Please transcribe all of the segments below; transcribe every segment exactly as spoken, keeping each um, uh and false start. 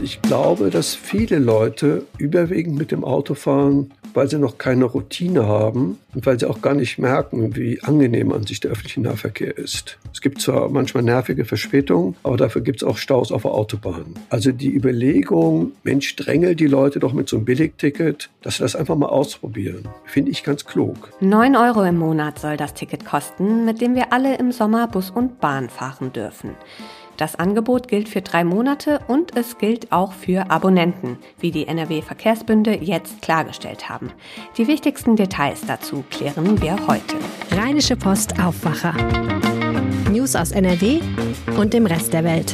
ich glaube, dass viele Leute überwiegend mit dem Auto fahren, weil sie noch keine Routine haben und weil sie auch gar nicht merken, wie angenehm an sich der öffentliche Nahverkehr ist. Es gibt zwar manchmal nervige Verspätungen, aber dafür gibt es auch Staus auf der Autobahn. Also die Überlegung, Mensch, drängel die Leute doch mit so einem Billigticket, dass sie das einfach mal ausprobieren, finde ich ganz klug. neun Euro im Monat soll das Ticket kosten, mit dem wir alle im Sommer Bus und Bahn fahren dürfen. Das Angebot gilt für drei Monate und es gilt auch für Abonnenten, wie die N R W-Verkehrsbünde jetzt klargestellt haben. Die wichtigsten Details dazu klären wir heute. Rheinische Post Aufwacher. News aus N R W und dem Rest der Welt.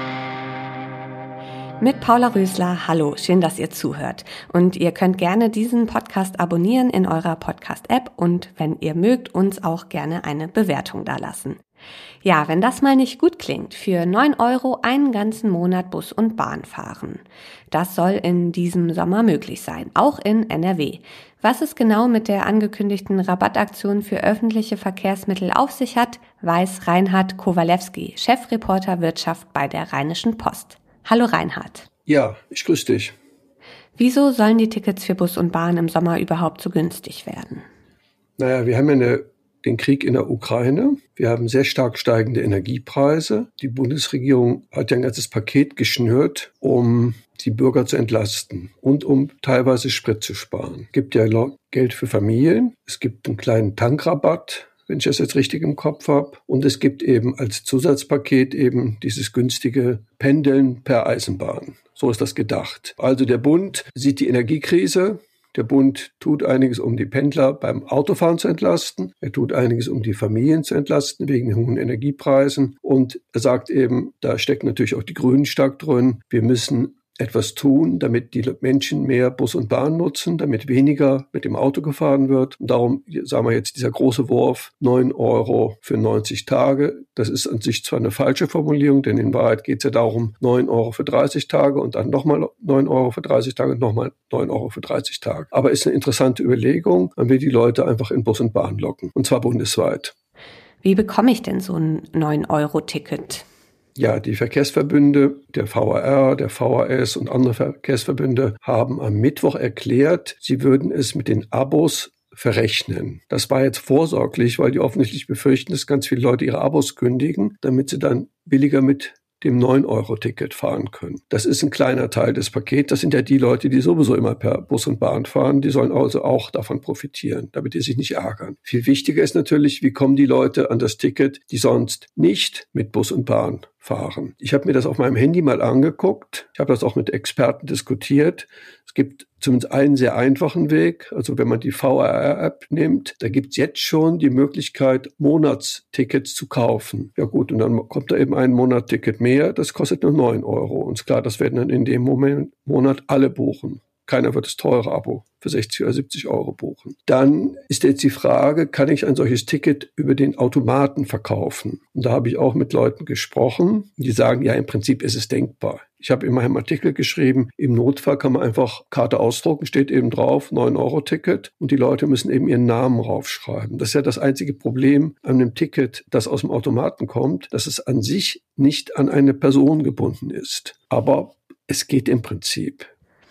Mit Paula Rösler, hallo, schön, dass ihr zuhört. Und ihr könnt gerne diesen Podcast abonnieren in eurer Podcast-App und wenn ihr mögt, uns auch gerne eine Bewertung dalassen. Ja, wenn das mal nicht gut klingt, für neun Euro einen ganzen Monat Bus und Bahn fahren. Das soll in diesem Sommer möglich sein, auch in N R W. Was es genau mit der angekündigten Rabattaktion für öffentliche Verkehrsmittel auf sich hat, weiß Reinhard Kowalewski, Chefreporter Wirtschaft bei der Rheinischen Post. Hallo Reinhard. Ja, ich grüße dich. Wieso sollen die Tickets für Bus und Bahn im Sommer überhaupt so günstig werden? Naja, wir haben ja eine, den Krieg in der Ukraine. Wir haben sehr stark steigende Energiepreise. Die Bundesregierung hat ja ein ganzes Paket geschnürt, um die Bürger zu entlasten und um teilweise Sprit zu sparen. Es gibt ja Geld für Familien. Es gibt einen kleinen Tankrabatt, wenn ich das jetzt richtig im Kopf habe. Und es gibt eben als Zusatzpaket eben dieses günstige Pendeln per Eisenbahn. So ist das gedacht. Also der Bund sieht die Energiekrise. Der Bund tut einiges, um die Pendler beim Autofahren zu entlasten. Er tut einiges, um die Familien zu entlasten wegen hohen Energiepreisen. Und er sagt eben, da stecken natürlich auch die Grünen stark drin, wir müssen etwas tun, damit die Menschen mehr Bus und Bahn nutzen, damit weniger mit dem Auto gefahren wird. Und darum, sagen wir jetzt, dieser große Wurf, neun Euro für neunzig Tage. Das ist an sich zwar eine falsche Formulierung, denn in Wahrheit geht es ja darum, neun Euro für dreißig Tage und dann nochmal neun Euro für dreißig Tage und nochmal neun Euro für dreißig Tage. Aber ist eine interessante Überlegung, man will die Leute einfach in Bus und Bahn locken, und zwar bundesweit. Wie bekomme ich denn so ein neun Euro Ticket? Ja, die Verkehrsverbünde, der V R R, der V H S und andere Verkehrsverbünde haben am Mittwoch erklärt, sie würden es mit den Abos verrechnen. Das war jetzt vorsorglich, weil die offensichtlich befürchten, dass ganz viele Leute ihre Abos kündigen, damit sie dann billiger mit dem neun Euro Ticket fahren können. Das ist ein kleiner Teil des Pakets. Das sind ja die Leute, die sowieso immer per Bus und Bahn fahren. Die sollen also auch davon profitieren, damit die sich nicht ärgern. Viel wichtiger ist natürlich, wie kommen die Leute an das Ticket, die sonst nicht mit Bus und Bahn fahren. Ich habe mir das auf meinem Handy mal angeguckt. Ich habe das auch mit Experten diskutiert. Es gibt zumindest einen sehr einfachen Weg. Also wenn man die V R R-App nimmt, da gibt es jetzt schon die Möglichkeit, Monatstickets zu kaufen. Ja gut, und dann kommt da eben ein Monatsticket mehr. Das kostet nur neun Euro. Und ist klar, das werden dann in dem Moment, Monat alle buchen. Keiner wird das teure Abo für sechzig oder siebzig Euro buchen. Dann ist jetzt die Frage, kann ich ein solches Ticket über den Automaten verkaufen? Und da habe ich auch mit Leuten gesprochen, die sagen, ja, im Prinzip ist es denkbar. Ich habe in meinem Artikel geschrieben, im Notfall kann man einfach Karte ausdrucken, steht eben drauf, neun Euro Ticket und die Leute müssen eben ihren Namen raufschreiben. Das ist ja das einzige Problem an einem Ticket, das aus dem Automaten kommt, dass es an sich nicht an eine Person gebunden ist. Aber es geht im Prinzip.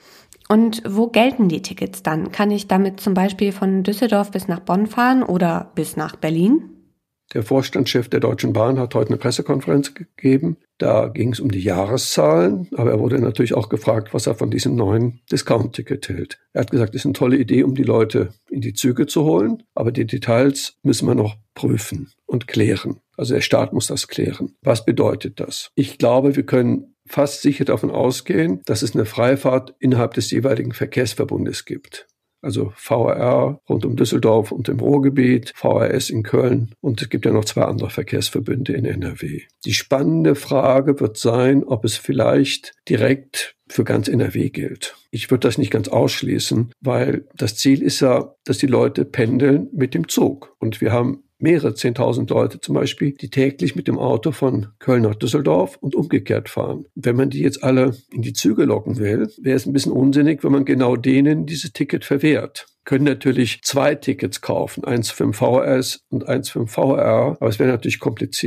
Und wo gelten die Tickets dann? Kann ich damit zum Beispiel von Düsseldorf bis nach Bonn fahren oder bis nach Berlin? Der Vorstandschef der Deutschen Bahn hat heute eine Pressekonferenz gegeben. Da ging es um die Jahreszahlen, aber er wurde natürlich auch gefragt, was er von diesem neuen Discount-Ticket hält. Er hat gesagt, es ist eine tolle Idee, um die Leute in die Züge zu holen, aber die Details müssen wir noch prüfen und klären. Also der Staat muss das klären. Was bedeutet das? Ich glaube, wir können fast sicher davon ausgehen, dass es eine Freifahrt innerhalb des jeweiligen Verkehrsverbundes gibt. Also V R R rund um Düsseldorf und im Ruhrgebiet, V R S in Köln und es gibt ja noch zwei andere Verkehrsverbünde in N R W. Die spannende Frage wird sein, ob es vielleicht direkt für ganz N R W gilt. Ich würde das nicht ganz ausschließen, weil das Ziel ist ja, dass die Leute pendeln mit dem Zug. Und wir haben mehrere zehntausend Leute zum Beispiel, die täglich mit dem Auto von Köln nach Düsseldorf und umgekehrt fahren. Wenn man die jetzt alle in die Züge locken will, wäre es ein bisschen unsinnig, wenn man genau denen dieses Ticket verwehrt. Können natürlich zwei Tickets kaufen, eins für den V R S und eins für den V R R, aber es wäre natürlich kompliziert.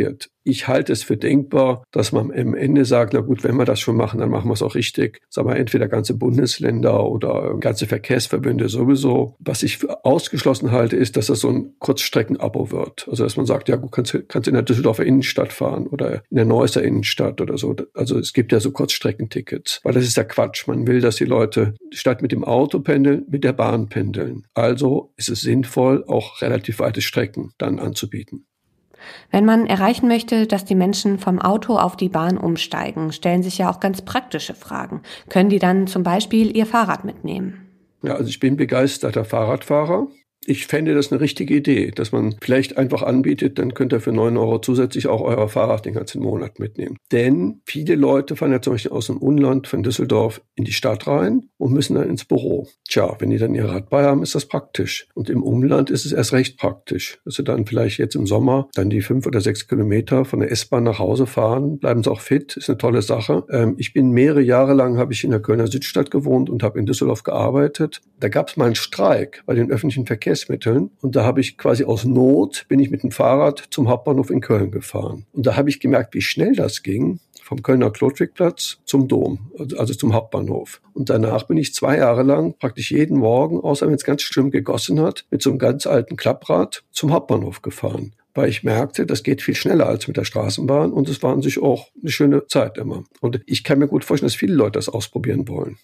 Ich halte es für denkbar, dass man am Ende sagt, na gut, wenn wir das schon machen, dann machen wir es auch richtig. Sagen wir entweder ganze Bundesländer oder ganze Verkehrsverbünde sowieso. Was ich für ausgeschlossen halte, ist, dass das so ein Kurzstreckenabo wird. Also dass man sagt, ja gut, kannst, kannst in der Düsseldorfer Innenstadt fahren oder in der Neusser Innenstadt oder so. Also es gibt ja so Kurzstreckentickets. Weil das ist ja Quatsch. Man will, dass die Leute statt mit dem Auto pendeln, mit der Bahn pendeln. Also ist es sinnvoll, auch relativ weite Strecken dann anzubieten. Wenn man erreichen möchte, dass die Menschen vom Auto auf die Bahn umsteigen, stellen sich ja auch ganz praktische Fragen. Können die dann zum Beispiel ihr Fahrrad mitnehmen? Ja, also ich bin begeisterter Fahrradfahrer. Ich fände das eine richtige Idee, dass man vielleicht einfach anbietet, dann könnt ihr für neun Euro zusätzlich auch euer Fahrrad den ganzen Monat mitnehmen. Denn viele Leute fahren ja zum Beispiel aus dem Umland von Düsseldorf in die Stadt rein und müssen dann ins Büro. Tja, wenn die dann ihr Rad bei haben, ist das praktisch. Und im Umland ist es erst recht praktisch, dass sie dann vielleicht jetzt im Sommer dann die fünf oder sechs Kilometer von der S-Bahn nach Hause fahren, bleiben sie auch fit, ist eine tolle Sache. Ähm, ich bin mehrere Jahre lang, habe ich in der Kölner Südstadt gewohnt und habe in Düsseldorf gearbeitet. Da gab es mal einen Streik bei den öffentlichen Verkehrsmitteln. Und da habe ich quasi aus Not, bin ich mit dem Fahrrad zum Hauptbahnhof in Köln gefahren. Und da habe ich gemerkt, wie schnell das ging, vom Kölner Klotwigplatz zum Dom, also zum Hauptbahnhof. Und danach bin ich zwei Jahre lang praktisch jeden Morgen, außer wenn es ganz schlimm gegossen hat, mit so einem ganz alten Klapprad zum Hauptbahnhof gefahren. Weil ich merkte, das geht viel schneller als mit der Straßenbahn und es war an sich auch eine schöne Zeit immer. Und ich kann mir gut vorstellen, dass viele Leute das ausprobieren wollen.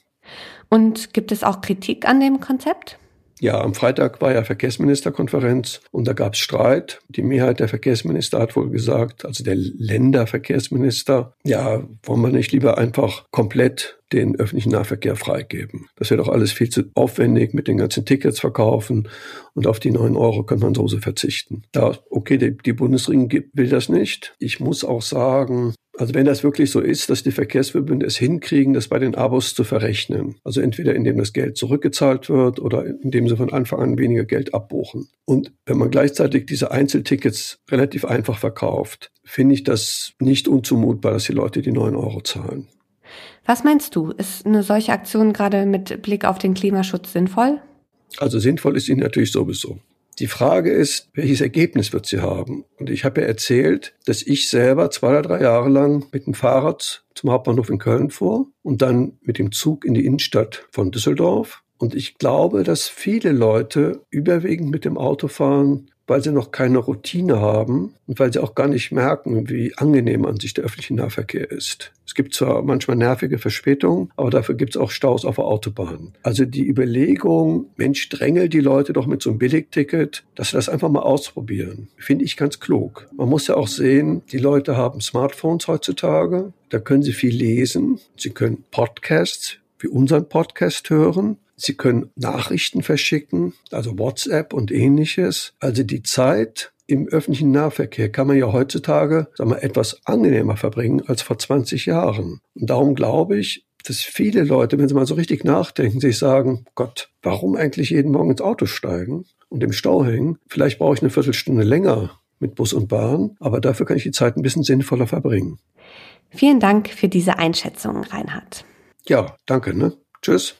Und gibt es auch Kritik an dem Konzept? Ja, am Freitag war ja Verkehrsministerkonferenz und da gab es Streit. Die Mehrheit der Verkehrsminister hat wohl gesagt, also der Länderverkehrsminister, ja, wollen wir nicht lieber einfach komplett den öffentlichen Nahverkehr freigeben. Das wäre doch alles viel zu aufwendig mit den ganzen Tickets verkaufen und auf die neun Euro kann man sowieso verzichten. Ja, okay, die, die Bundesregierung will das nicht. Ich muss auch sagen, also wenn das wirklich so ist, dass die Verkehrsverbünde es hinkriegen, das bei den Abos zu verrechnen, also entweder indem das Geld zurückgezahlt wird oder indem sie von Anfang an weniger Geld abbuchen. Und wenn man gleichzeitig diese Einzeltickets relativ einfach verkauft, finde ich das nicht unzumutbar, dass die Leute die neun Euro zahlen. Was meinst du, ist eine solche Aktion gerade mit Blick auf den Klimaschutz sinnvoll? Also sinnvoll ist sie natürlich sowieso. Die Frage ist, welches Ergebnis wird sie haben? Und ich habe ja erzählt, dass ich selber zwei oder drei Jahre lang mit dem Fahrrad zum Hauptbahnhof in Köln fuhr und dann mit dem Zug in die Innenstadt von Düsseldorf. Und ich glaube, dass viele Leute überwiegend mit dem Auto fahren, weil sie noch keine Routine haben und weil sie auch gar nicht merken, wie angenehm an sich der öffentliche Nahverkehr ist. Es gibt zwar manchmal nervige Verspätungen, aber dafür gibt es auch Staus auf der Autobahn. Also die Überlegung, Mensch, drängel die Leute doch mit so einem Billigticket, dass sie das einfach mal ausprobieren, finde ich ganz klug. Man muss ja auch sehen, die Leute haben Smartphones heutzutage, da können sie viel lesen, sie können Podcasts wie unseren Podcast hören. Sie können Nachrichten verschicken, also WhatsApp und Ähnliches. Also die Zeit im öffentlichen Nahverkehr kann man ja heutzutage, sagen wir, etwas angenehmer verbringen als vor zwanzig Jahren. Und darum glaube ich, dass viele Leute, wenn sie mal so richtig nachdenken, sich sagen, Gott, warum eigentlich jeden Morgen ins Auto steigen und im Stau hängen? Vielleicht brauche ich eine Viertelstunde länger mit Bus und Bahn, aber dafür kann ich die Zeit ein bisschen sinnvoller verbringen. Vielen Dank für diese Einschätzung, Reinhard. Ja, danke, ne? Tschüss.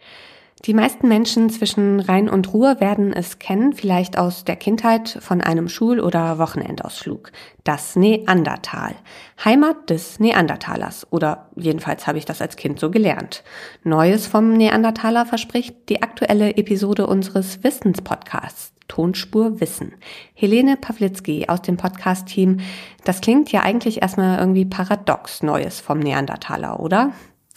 Die meisten Menschen zwischen Rhein und Ruhr werden es kennen, vielleicht aus der Kindheit von einem Schul- oder Wochenendausflug. Das Neandertal. Heimat des Neandertalers. Oder jedenfalls habe ich das als Kind so gelernt. Neues vom Neandertaler verspricht die aktuelle Episode unseres Wissenspodcasts. Tonspur Wissen. Helene Pawlitzki aus dem Podcast-Team. Das klingt ja eigentlich erstmal irgendwie paradox, Neues vom Neandertaler, oder?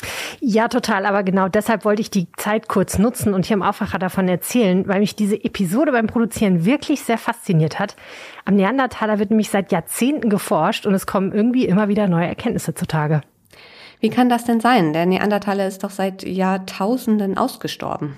Ja, total. Aber genau deshalb wollte ich die Zeit kurz nutzen und hier im Aufwacher davon erzählen, weil mich diese Episode beim Produzieren wirklich sehr fasziniert hat. Am Neandertaler wird nämlich seit Jahrzehnten geforscht und es kommen irgendwie immer wieder neue Erkenntnisse zutage. Wie kann das denn sein? Der Neandertaler ist doch seit Jahrtausenden ausgestorben.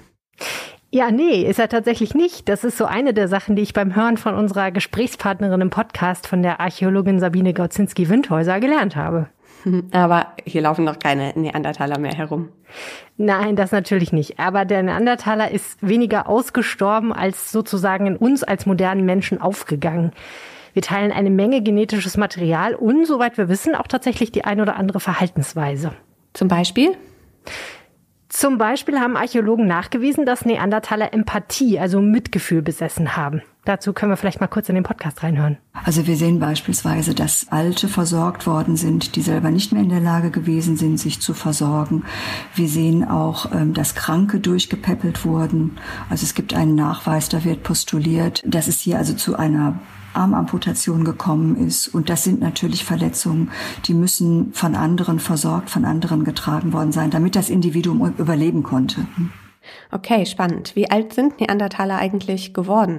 Ja, nee, ist er tatsächlich nicht. Das ist so eine der Sachen, die ich beim Hören von unserer Gesprächspartnerin im Podcast von der Archäologin Sabine Gaudzinski-Windhäuser gelernt habe. Aber hier laufen noch keine Neandertaler mehr herum. Nein, das natürlich nicht. Aber der Neandertaler ist weniger ausgestorben als sozusagen in uns als modernen Menschen aufgegangen. Wir teilen eine Menge genetisches Material und, soweit wir wissen, auch tatsächlich die ein oder andere Verhaltensweise. Zum Beispiel? Zum Beispiel haben Archäologen nachgewiesen, dass Neandertaler Empathie, also Mitgefühl besessen haben. Dazu können wir vielleicht mal kurz in den Podcast reinhören. Also wir sehen beispielsweise, dass Alte versorgt worden sind, die selber nicht mehr in der Lage gewesen sind, sich zu versorgen. Wir sehen auch, dass Kranke durchgepäppelt wurden. Also es gibt einen Nachweis, da wird postuliert, dass es hier also zu einer Armamputation gekommen ist. Und das sind natürlich Verletzungen, die müssen von anderen versorgt, von anderen getragen worden sein, damit das Individuum überleben konnte. Okay, spannend. Wie alt sind Neandertaler eigentlich geworden?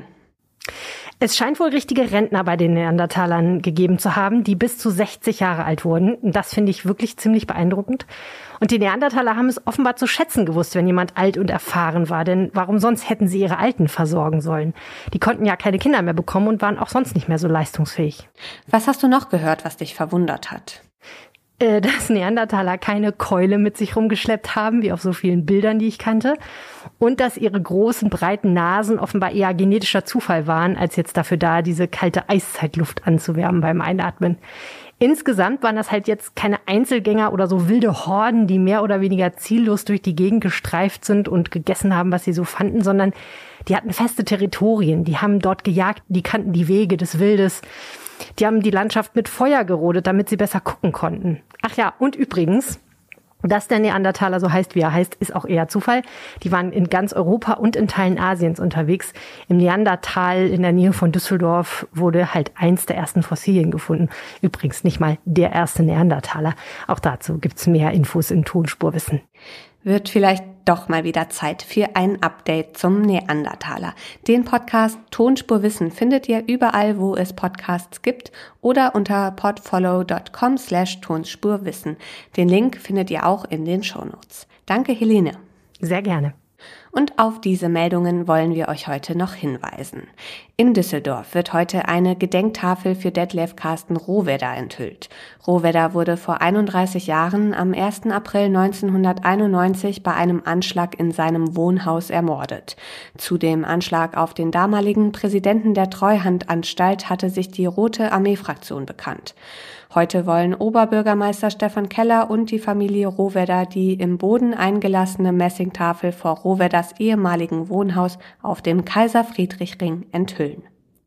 Es scheint wohl richtige Rentner bei den Neandertalern gegeben zu haben, die bis zu sechzig Jahre alt wurden. Das finde ich wirklich ziemlich beeindruckend. Und die Neandertaler haben es offenbar zu schätzen gewusst, wenn jemand alt und erfahren war. Denn warum sonst hätten sie ihre Alten versorgen sollen? Die konnten ja keine Kinder mehr bekommen und waren auch sonst nicht mehr so leistungsfähig. Was hast du noch gehört, was dich verwundert hat? Äh, dass Neandertaler keine Keule mit sich rumgeschleppt haben, wie auf so vielen Bildern, die ich kannte. Und dass ihre großen, breiten Nasen offenbar eher genetischer Zufall waren, als jetzt dafür da, diese kalte Eiszeitluft anzuwärmen beim Einatmen. Insgesamt waren das halt jetzt keine Einzelgänger oder so wilde Horden, die mehr oder weniger ziellos durch die Gegend gestreift sind und gegessen haben, was sie so fanden, sondern die hatten feste Territorien, die haben dort gejagt, die kannten die Wege des Wildes, die haben die Landschaft mit Feuer gerodet, damit sie besser gucken konnten. Ach ja, und übrigens, dass der Neandertaler so heißt, wie er heißt, ist auch eher Zufall. Die waren in ganz Europa und in Teilen Asiens unterwegs. Im Neandertal in der Nähe von Düsseldorf wurde halt eins der ersten Fossilien gefunden. Übrigens nicht mal der erste Neandertaler. Auch dazu gibt's mehr Infos im Tonspurwissen. Wird vielleicht doch mal wieder Zeit für ein Update zum Neandertaler. Den Podcast Tonspurwissen findet ihr überall, wo es Podcasts gibt oder unter podfollow.com slash Tonspurwissen. Den Link findet ihr auch in den Shownotes. Danke, Helene. Sehr gerne. Und auf diese Meldungen wollen wir euch heute noch hinweisen. In Düsseldorf wird heute eine Gedenktafel für Detlev Carsten Rohwedder enthüllt. Rohwedder wurde vor einunddreißig Jahren am ersten April neunzehnhunderteinundneunzig bei einem Anschlag in seinem Wohnhaus ermordet. Zu dem Anschlag auf den damaligen Präsidenten der Treuhandanstalt hatte sich die Rote Armee-Fraktion bekannt. Heute wollen Oberbürgermeister Stefan Keller und die Familie Rohwedder die im Boden eingelassene Messingtafel vor Rohwedders ehemaligen Wohnhaus auf dem Kaiser-Friedrich-Ring enthüllen.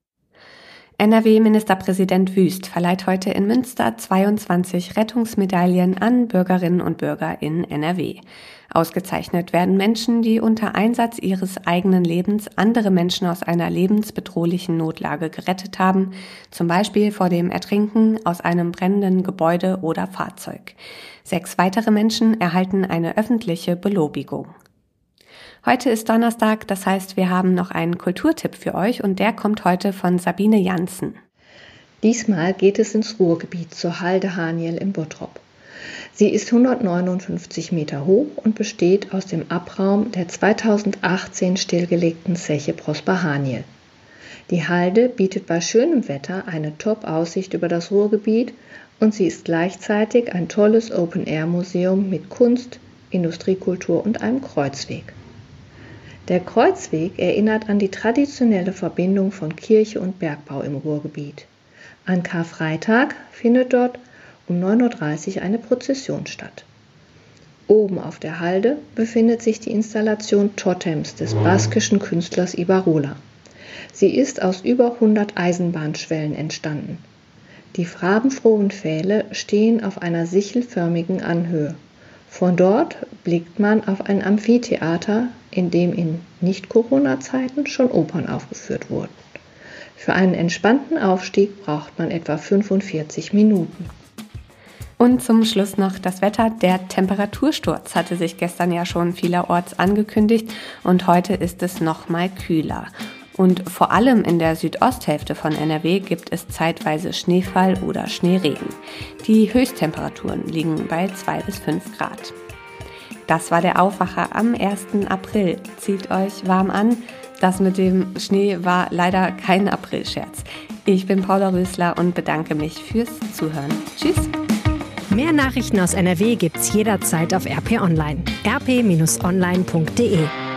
N R W-Ministerpräsident Wüst verleiht heute in Münster zweiundzwanzig Rettungsmedaillen an Bürgerinnen und Bürger in N R W. Ausgezeichnet werden Menschen, die unter Einsatz ihres eigenen Lebens andere Menschen aus einer lebensbedrohlichen Notlage gerettet haben, zum Beispiel vor dem Ertrinken aus einem brennenden Gebäude oder Fahrzeug. Sechs weitere Menschen erhalten eine öffentliche Belobigung. Heute ist Donnerstag, das heißt, wir haben noch einen Kulturtipp für euch und der kommt heute von Sabine Janssen. Diesmal geht es ins Ruhrgebiet zur Halde Haniel im Bottrop. Sie ist hundertneunundfünfzig Meter hoch und besteht aus dem Abraum der zweitausendachtzehn stillgelegten Zeche Prosper Haniel. Die Halde bietet bei schönem Wetter eine Top-Aussicht über das Ruhrgebiet und sie ist gleichzeitig ein tolles Open-Air-Museum mit Kunst, Industriekultur und einem Kreuzweg. Der Kreuzweg erinnert an die traditionelle Verbindung von Kirche und Bergbau im Ruhrgebiet. An Karfreitag findet dort um neun Uhr dreißig eine Prozession statt. Oben auf der Halde befindet sich die Installation Totems des baskischen Künstlers Ibarrola. Sie ist aus über hundert Eisenbahnschwellen entstanden. Die farbenfrohen Pfähle stehen auf einer sichelförmigen Anhöhe. Von dort blickt man auf ein Amphitheater, in dem in Nicht-Corona-Zeiten schon Opern aufgeführt wurden. Für einen entspannten Aufstieg braucht man etwa fünfundvierzig Minuten. Und zum Schluss noch das Wetter. Der Temperatursturz hatte sich gestern ja schon vielerorts angekündigt und heute ist es noch mal kühler. Und vor allem in der Südosthälfte von N R W gibt es zeitweise Schneefall oder Schneeregen. Die Höchsttemperaturen liegen bei zwei bis fünf Grad. Das war der Aufwacher am ersten April. Zieht euch warm an. Das mit dem Schnee war leider kein Aprilscherz. Ich bin Paula Rösler und bedanke mich fürs Zuhören. Tschüss! Mehr Nachrichten aus N R W gibt's jederzeit auf R P Online. r p Bindestrich online punkt d e